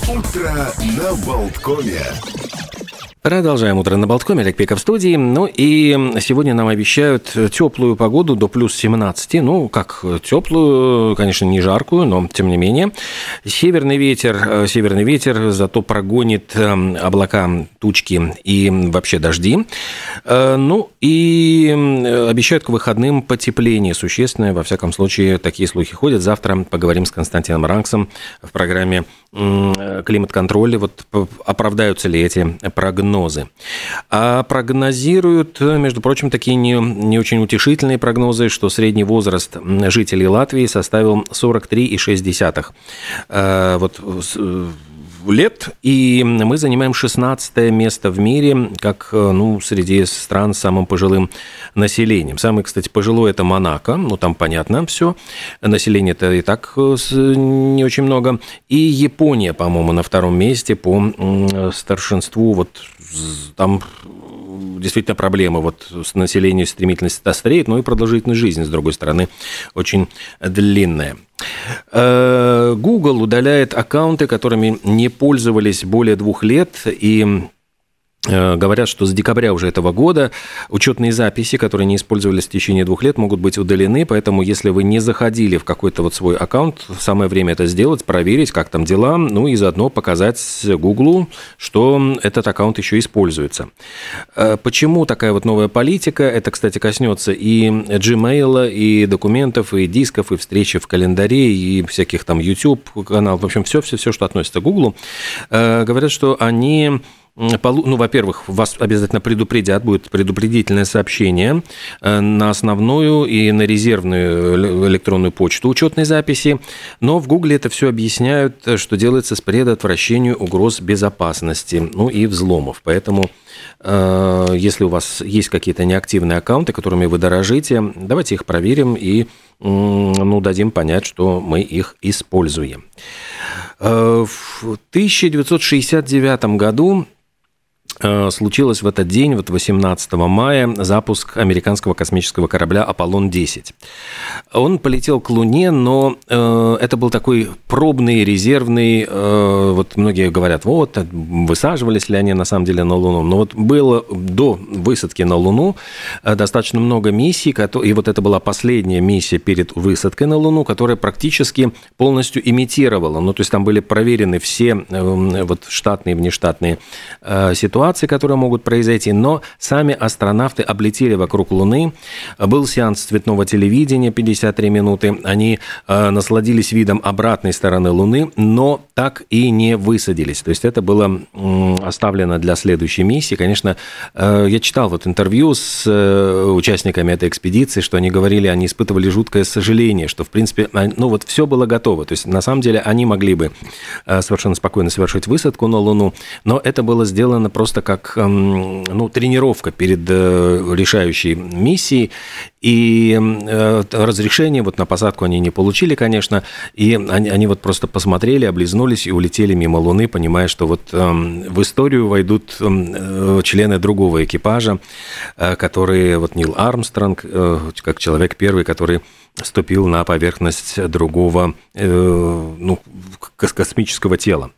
Утро на Болткоме. Продолжаем «Утро на Болткоме». Олег Пеков в студии. Ну и сегодня нам обещают теплую погоду до плюс 17. Ну, как теплую, конечно, не жаркую, но тем не менее. Северный ветер зато прогонит облака, тучки и вообще дожди. Ну и обещают к выходным потепление существенное. Во всяком случае, такие слухи ходят. Завтра поговорим с Константином Ранксом в программе «Климат-контроль». Вот оправдаются ли эти прогнозы. А прогнозируют, между прочим, такие не очень утешительные прогнозы, что средний возраст жителей Латвии составил 43,6 лет, и мы занимаем 16 место в мире, как среди стран с самым пожилым населением. Самый, кстати, пожилой – это Монако, там понятно все, население-то и так не очень много, и Япония, по-моему, на втором месте по старшинству, там действительно проблемы с населением, стремительно стареет, но и продолжительность жизни, с другой стороны, очень длинная. Google удаляет аккаунты, которыми не пользовались более 2 лет, и говорят, что с декабря уже этого года учетные записи, которые не использовались в течение 2 лет, могут быть удалены, поэтому если вы не заходили в какой-то свой аккаунт, самое время это сделать, проверить, как там дела, и заодно показать Гуглу, что этот аккаунт еще используется. Почему такая новая политика? Это, кстати, коснется и Gmail, и документов, и дисков, и встречи в календаре, и всяких там YouTube каналов, в общем, все, что относится к Гуглу. Говорят, что они... во-первых, вас обязательно предупредят, будет предупредительное сообщение на основную и на резервную электронную почту учетной записи, но в Гугле это все объясняют, что делается с предотвращением угроз безопасности, и взломов. Поэтому, если у вас есть какие-то неактивные аккаунты, которыми вы дорожите, давайте их проверим и дадим понять, что мы их используем. В 1969 году случилось в этот день, 18 мая, запуск американского космического корабля «Аполлон-10». Он полетел к Луне, но это был такой пробный, резервный, многие говорят, высаживались ли они на самом деле на Луну. Но было до высадки на Луну достаточно много миссий, и это была последняя миссия перед высадкой на Луну, которая практически полностью имитировала. То есть там были проверены все штатные и внештатные ситуации, которые могут произойти, но сами астронавты облетели вокруг Луны. Был сеанс цветного телевидения 53 минуты. Они насладились видом обратной стороны Луны, но так и не высадились. То есть это было оставлено для следующей миссии. Конечно, я читал интервью с участниками этой экспедиции, что они говорили, они испытывали жуткое сожаление, что, в принципе, все было готово. То есть, на самом деле, они могли бы совершенно спокойно совершить высадку на Луну, но это было сделано просто как тренировка перед решающей миссией, и разрешение на посадку они не получили, конечно, и они просто посмотрели, облизнулись и улетели мимо Луны, понимая, что в историю войдут члены другого экипажа, которые, Нил Армстронг, как человек первый, который ступил на поверхность другого космического тела.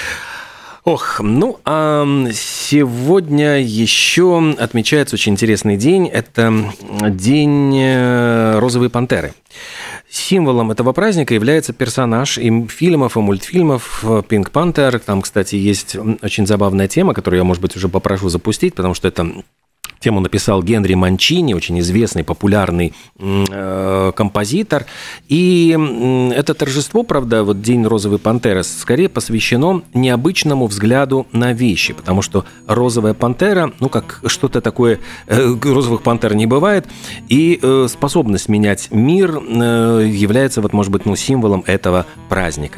А сегодня еще отмечается очень интересный день. Это День розовой пантеры. Символом этого праздника является персонаж и фильмов, и мультфильмов «Пинк Пантер». Там, кстати, есть очень забавная тема, которую я, может быть, уже попрошу запустить, потому что это... Тему написал Генри Манчини, очень известный, популярный композитор. И это торжество, правда, День розовой пантеры, скорее посвящено необычному взгляду на вещи, потому что розовая пантера, как что-то такое, розовых пантер не бывает, и способность менять мир является, может быть, символом этого праздника.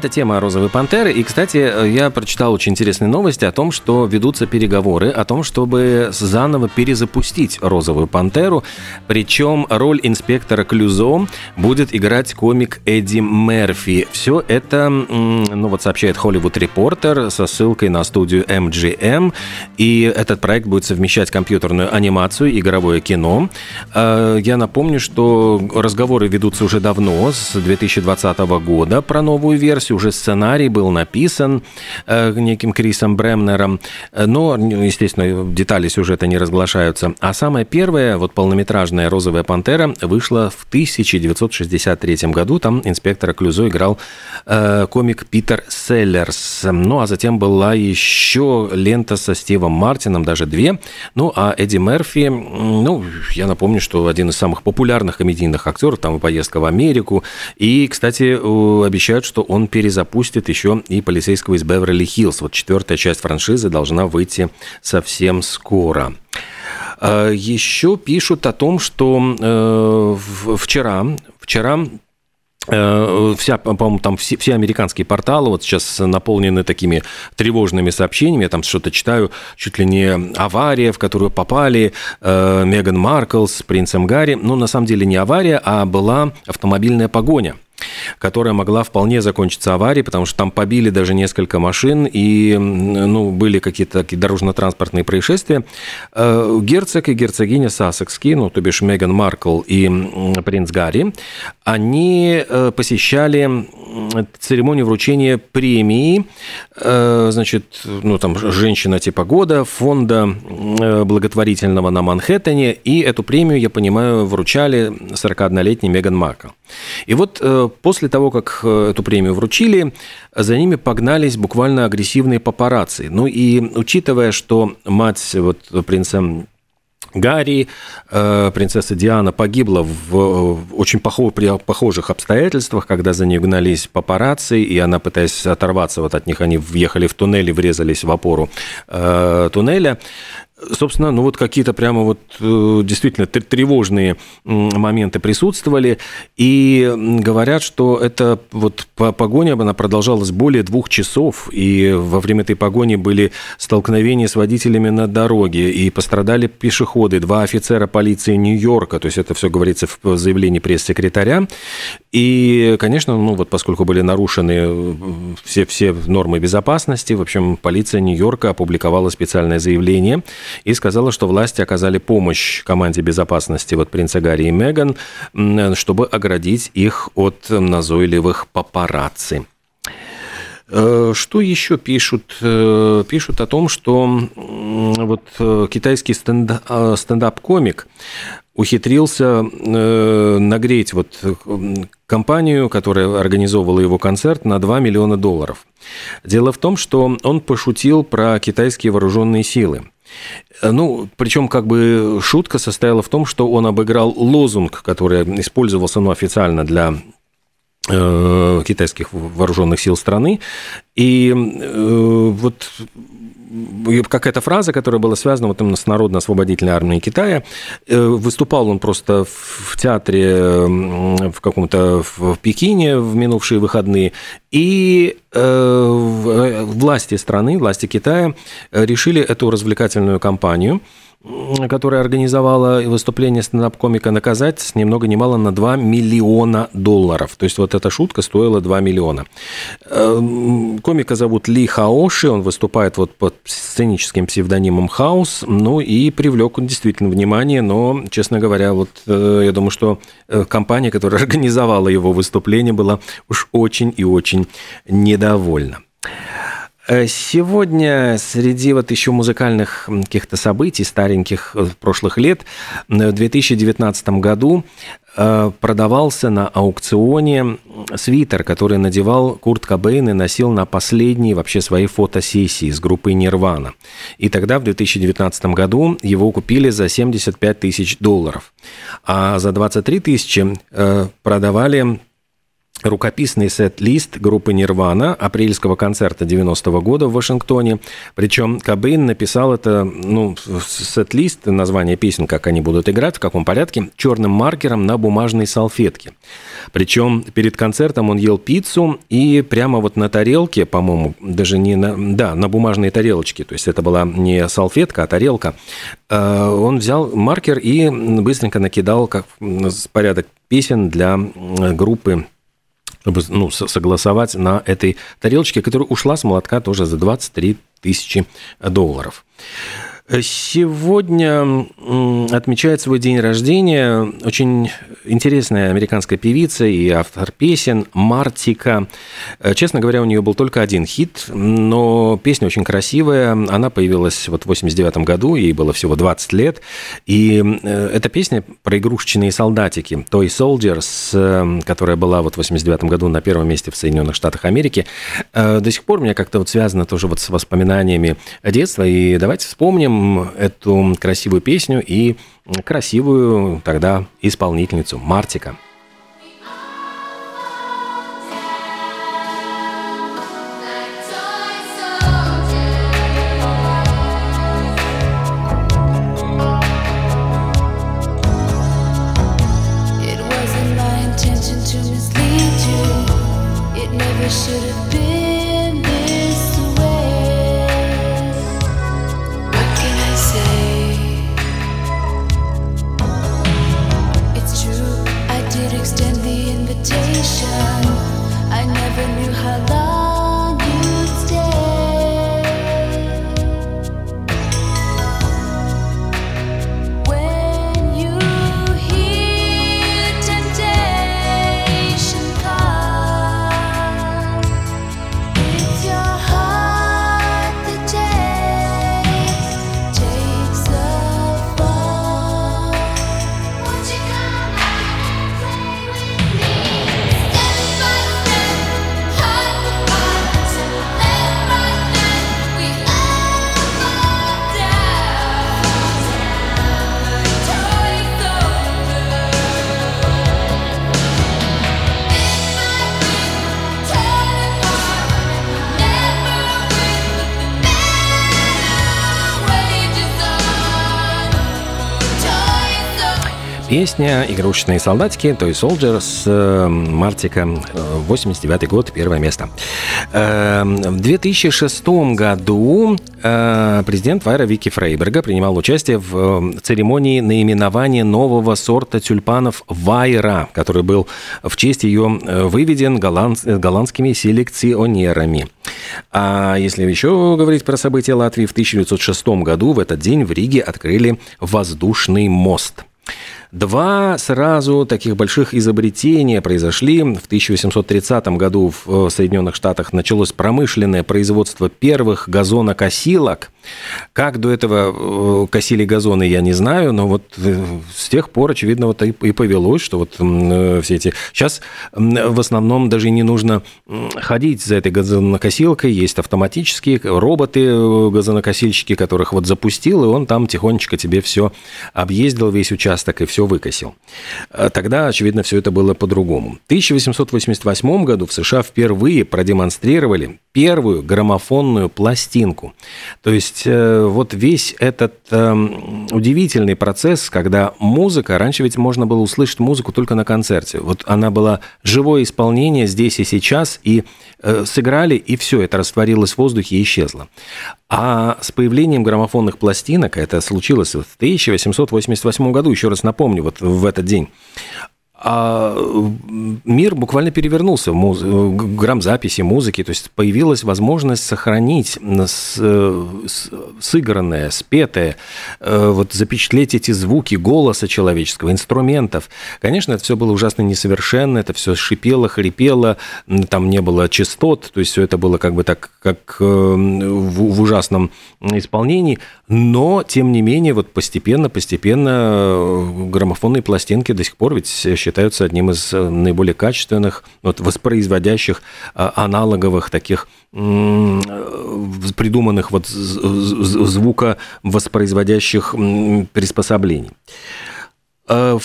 это тема «Розовой пантеры». И, кстати, я прочитал очень интересные новости о том, что ведутся переговоры о том, чтобы заново перезапустить «Розовую пантеру». Причем роль инспектора Клюзо будет играть комик Эдди Мерфи. Все это, сообщает Hollywood Reporter со ссылкой на студию MGM. И этот проект будет совмещать компьютерную анимацию и игровое кино. Я напомню, что разговоры ведутся уже давно, с 2020 года, про новую версию. Уже сценарий был написан неким Крисом Бремнером, но, естественно, детали сюжета не разглашаются. А самая первая, полнометражная «Розовая пантера» вышла в 1963 году. Там инспектора Клюзо играл комик Питер Селлерс. А затем была еще лента со Стивом Мартином, даже две. А Эдди Мерфи, я напомню, что один из самых популярных комедийных актеров, там и «Поездка в Америку». И, кстати, обещают, что он перезапустит еще и «Полицейского из Беверли-Хиллз». 4-я часть франшизы должна выйти совсем скоро. Еще пишут о том, что вчера по-моему, там все американские порталы сейчас наполнены такими тревожными сообщениями. Я там что-то читаю, чуть ли не авария, в которую попали Меган Маркл с принцем Гарри. На самом деле не авария, а была автомобильная погоня, которая могла вполне закончиться аварией, потому что там побили даже несколько машин, и были какие-то такие дорожно-транспортные происшествия. Герцог и герцогиня Сассекские, то бишь Меган Маркл и принц Гарри, они посещали церемонию вручения премии, «Женщина типа года» фонда благотворительного на Манхэттене, и эту премию, я понимаю, вручали 41-летней Меган Маркл. И после того, как эту премию вручили, за ними погнались буквально агрессивные папарацци. И учитывая, что мать принца Гарри, принцесса Диана, погибла в очень похожих обстоятельствах, когда за ней гнались папарацци, и она, пытаясь оторваться от них, они въехали в туннель и врезались в опору туннеля. Собственно, какие-то прямо действительно тревожные моменты присутствовали, и говорят, что эта погоня, она продолжалась более 2 часов, и во время этой погони были столкновения с водителями на дороге, и пострадали пешеходы, 2 офицера полиции Нью-Йорка, то есть это все говорится в заявлении пресс-секретаря, и, конечно, поскольку были нарушены все нормы безопасности, в общем, полиция Нью-Йорка опубликовала специальное заявление и сказала, что власти оказали помощь команде безопасности принца Гарри и Меган, чтобы оградить их от назойливых папарацци. Что еще пишут? Пишут о том, что китайский стендап-комик ухитрился нагреть компанию, которая организовывала его концерт, на $2 миллиона. Дело в том, что он пошутил про китайские вооруженные силы. Причем шутка состояла в том, что он обыграл лозунг, который использовался официально для китайских вооруженных сил страны. И какая-то фраза, которая была связана именно с Народно-освободительной армией Китая. Выступал он просто в театре в Пекине в минувшие выходные, и власти страны, власти Китая решили эту развлекательную кампанию, которая организовала выступление стендап-комика, наказать ни много ни мало на $2 миллиона. То есть эта шутка стоила $2 миллиона. Комика зовут Ли Хаоши, он выступает под сценическим псевдонимом Хаус, и привлек он действительно внимание, но, честно говоря, я думаю, что компания, которая организовала его выступление, была уж очень и очень недовольна. Сегодня среди еще музыкальных каких-то событий стареньких прошлых лет в 2019 году продавался на аукционе свитер, который надевал Курт Кобейн и носил на последней вообще своей фотосессии с группой Нирвана. И тогда, в 2019 году, его купили за $75 тысяч, а за 23 тысячи продавали рукописный сет-лист группы «Нирвана» апрельского концерта 90-го года в Вашингтоне. Причем Кобейн написал это, сет-лист, название песен, как они будут играть, в каком порядке, черным маркером на бумажной салфетке. Причем перед концертом он ел пиццу, и прямо вот на тарелке, по-моему, даже не на бумажной тарелочке, то есть это была не салфетка, а тарелка, он взял маркер и быстренько накидал порядок песен для группы, чтобы согласовать на этой тарелочке, которая ушла с молотка тоже за $23 тысячи. Сегодня отмечает свой день рождения очень интересная американская певица и автор песен Мартика. Честно говоря, у нее был только один хит, но песня очень красивая. Она появилась в 89 году, ей было всего 20 лет. И эта песня про игрушечные солдатики Toy Soldiers, которая была в 89 году на первом месте в Соединенных Штатах Америки, до сих пор у меня как-то связано тоже с воспоминаниями детства. И давайте вспомним эту красивую песню и красивую тогда исполнительницу Мартика. Песня «Игрушечные солдатики» Toy Soldiers, Мартика, 89 год, первое место. В 2006 году президент Вайра Вики Фрейберга принимал участие в церемонии наименования нового сорта тюльпанов Вайра, который был в честь ее выведен голландскими селекционерами. А если еще говорить про события Латвии, в 1906 году в этот день в Риге открыли воздушный мост. Два сразу таких больших изобретения произошли. В 1830 году в Соединенных Штатах началось промышленное производство первых газонокосилок. Как до этого косили газоны, я не знаю, но вот с тех пор, очевидно, вот и повелось, что вот все эти... Сейчас в основном даже не нужно ходить за этой газонокосилкой, есть автоматические роботы-газонокосильщики, которых вот запустил, и он там тихонечко тебе все объездил, весь участок, и все выкосил. Тогда, очевидно, все это было по-другому. В 1888 году в США впервые продемонстрировали первую граммофонную пластинку. То есть вот весь этот удивительный процесс, когда музыка, раньше ведь можно было услышать музыку только на концерте. Вот она была живое исполнение здесь и сейчас, и сыграли, и все, это растворилось в воздухе и исчезло. А с появлением граммофонных пластинок, это случилось в 1888 году, еще раз напомню, вот в этот день, мир буквально перевернулся в грамзаписи музыки, то есть появилась возможность сохранить сыгранное, спетое, вот запечатлеть эти звуки голоса человеческого, инструментов. Конечно, это все было ужасно несовершенно, это все шипело, хрипело, там не было частот, то есть все это было как бы так, как в ужасном исполнении, но, тем не менее, вот постепенно граммофонные пластинки до сих пор ведь считаются одним из наиболее качественных, вот, воспроизводящих аналоговых таких придуманных вот звуковоспроизводящих приспособлений. В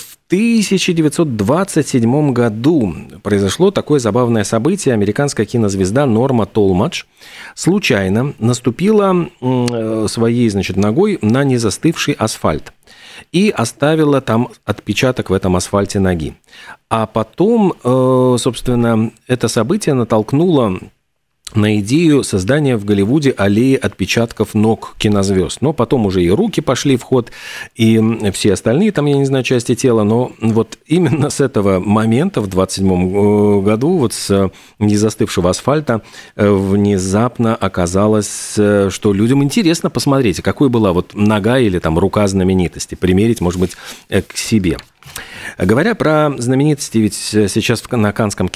1927 году произошло такое забавное событие. Американская кинозвезда Норма Толмадж случайно наступила своей, ногой на незастывший асфальт и оставила там отпечаток в этом асфальте ноги. А потом, собственно, это событие натолкнуло на идею создания в Голливуде аллеи отпечатков ног кинозвезд. Но потом уже и руки пошли в ход, и все остальные там, я не знаю, части тела. Но вот именно с этого момента, в 1927 году, вот с незастывшего асфальта, внезапно оказалось, что людям интересно посмотреть, какой была вот нога или там рука знаменитости, примерить, может быть, к себе. Говоря про знаменитости, ведь сейчас на Каннском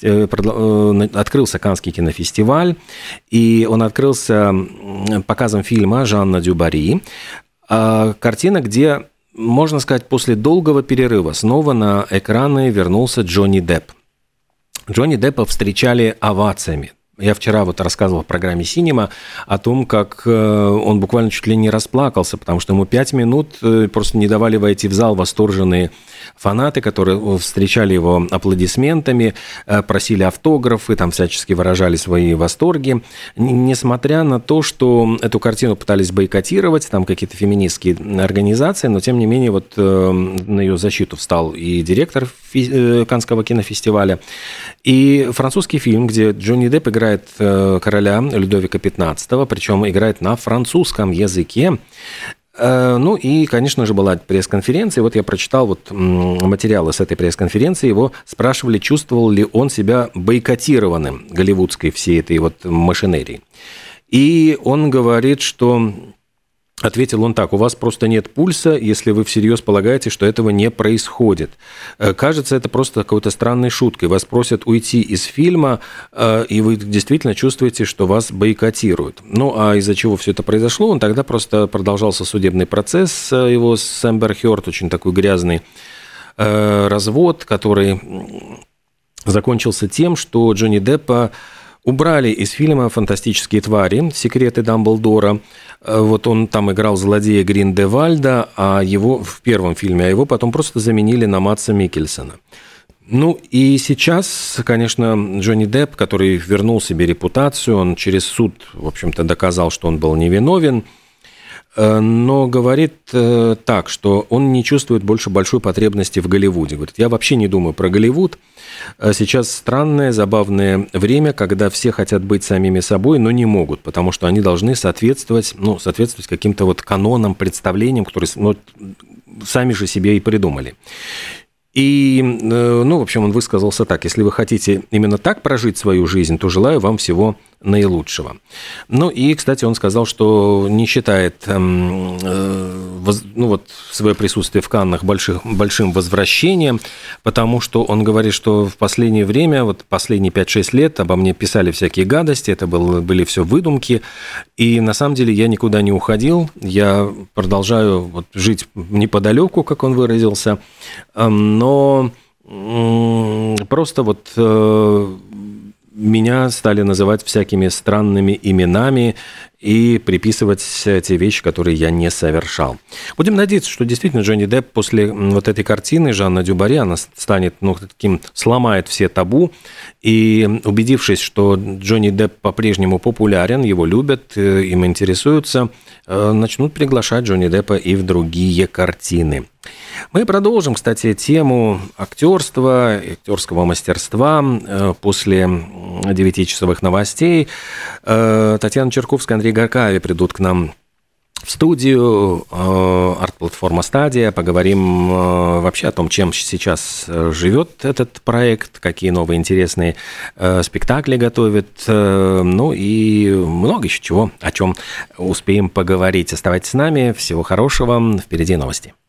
открылся Каннский кинофестиваль, и он открылся показом фильма «Жанна Дюбари», картина, где, можно сказать, после долгого перерыва снова на экраны вернулся Джонни Депп. Джонни Деппа встречали овациями. Я вчера вот рассказывал в программе «Синема» о том, как он буквально чуть ли не расплакался, потому что ему 5 минут просто не давали войти в зал восторженные фанаты, которые встречали его аплодисментами, просили автографы, там всячески выражали свои восторги. Несмотря на то, что эту картину пытались бойкотировать, там какие-то феминистские организации, но тем не менее вот на ее защиту встал и директор Каннского кинофестиваля. И французский фильм, где Джонни Депп играет короля Людовика XV, причем играет на французском языке. Ну и, конечно же, была пресс-конференция. Вот я прочитал вот материалы с этой пресс-конференции. Его спрашивали, чувствовал ли он себя бойкотированным голливудской всей этой вот машинерией. И он говорит, что... Ответил он так: у вас просто нет пульса, если вы всерьез полагаете, что этого не происходит. Кажется, это просто какой-то странной шуткой. Вас просят уйти из фильма, и вы действительно чувствуете, что вас бойкотируют. Ну, а из-за чего все это произошло? Он тогда просто продолжался судебный процесс его с Эмбер Хёрд, очень такой грязный развод, который закончился тем, что Джонни Деппа убрали из фильма «Фантастические твари. Секреты Дамблдора». Вот он там играл злодея Гриндевальда, а его в первом фильме, а его потом просто заменили на Мадса Миккельсена. Ну и сейчас, конечно, Джонни Депп, который вернул себе репутацию, он через суд, в общем-то, доказал, что он был невиновен, но говорит так, что он не чувствует больше большой потребности в Голливуде. Говорит, я вообще не думаю про Голливуд. Сейчас странное, забавное время, когда все хотят быть самими собой, но не могут, потому что они должны соответствовать каким-то вот канонам, представлениям, которые сами же себе и придумали. И, в общем, он высказался так: если вы хотите именно так прожить свою жизнь, то желаю вам всего наилучшего. Ну и, кстати, он сказал, что не считает свое присутствие в Каннах большим возвращением, потому что он говорит, что в последнее время, вот последние 5-6 лет обо мне писали всякие гадости, это были все выдумки, и на самом деле я никуда не уходил, я продолжаю жить неподалеку, как он выразился, но просто меня стали называть всякими странными именами и приписывать те вещи, которые я не совершал. Будем надеяться, что действительно Джонни Депп после вот этой картины «Жанна Дюбари», она станет, сломает все табу, и убедившись, что Джонни Депп по-прежнему популярен, его любят, им интересуются, начнут приглашать Джонни Деппа и в другие картины. Мы продолжим, кстати, тему актерства, актерского мастерства после 9-часовых новостей. Татьяна Черковская, Андрей Гаркави придут к нам в студию, арт-платформа «Стадия». Поговорим вообще о том, чем сейчас живет этот проект, какие новые интересные спектакли готовят, и много еще чего, о чем успеем поговорить. Оставайтесь с нами. Всего хорошего. Впереди новости.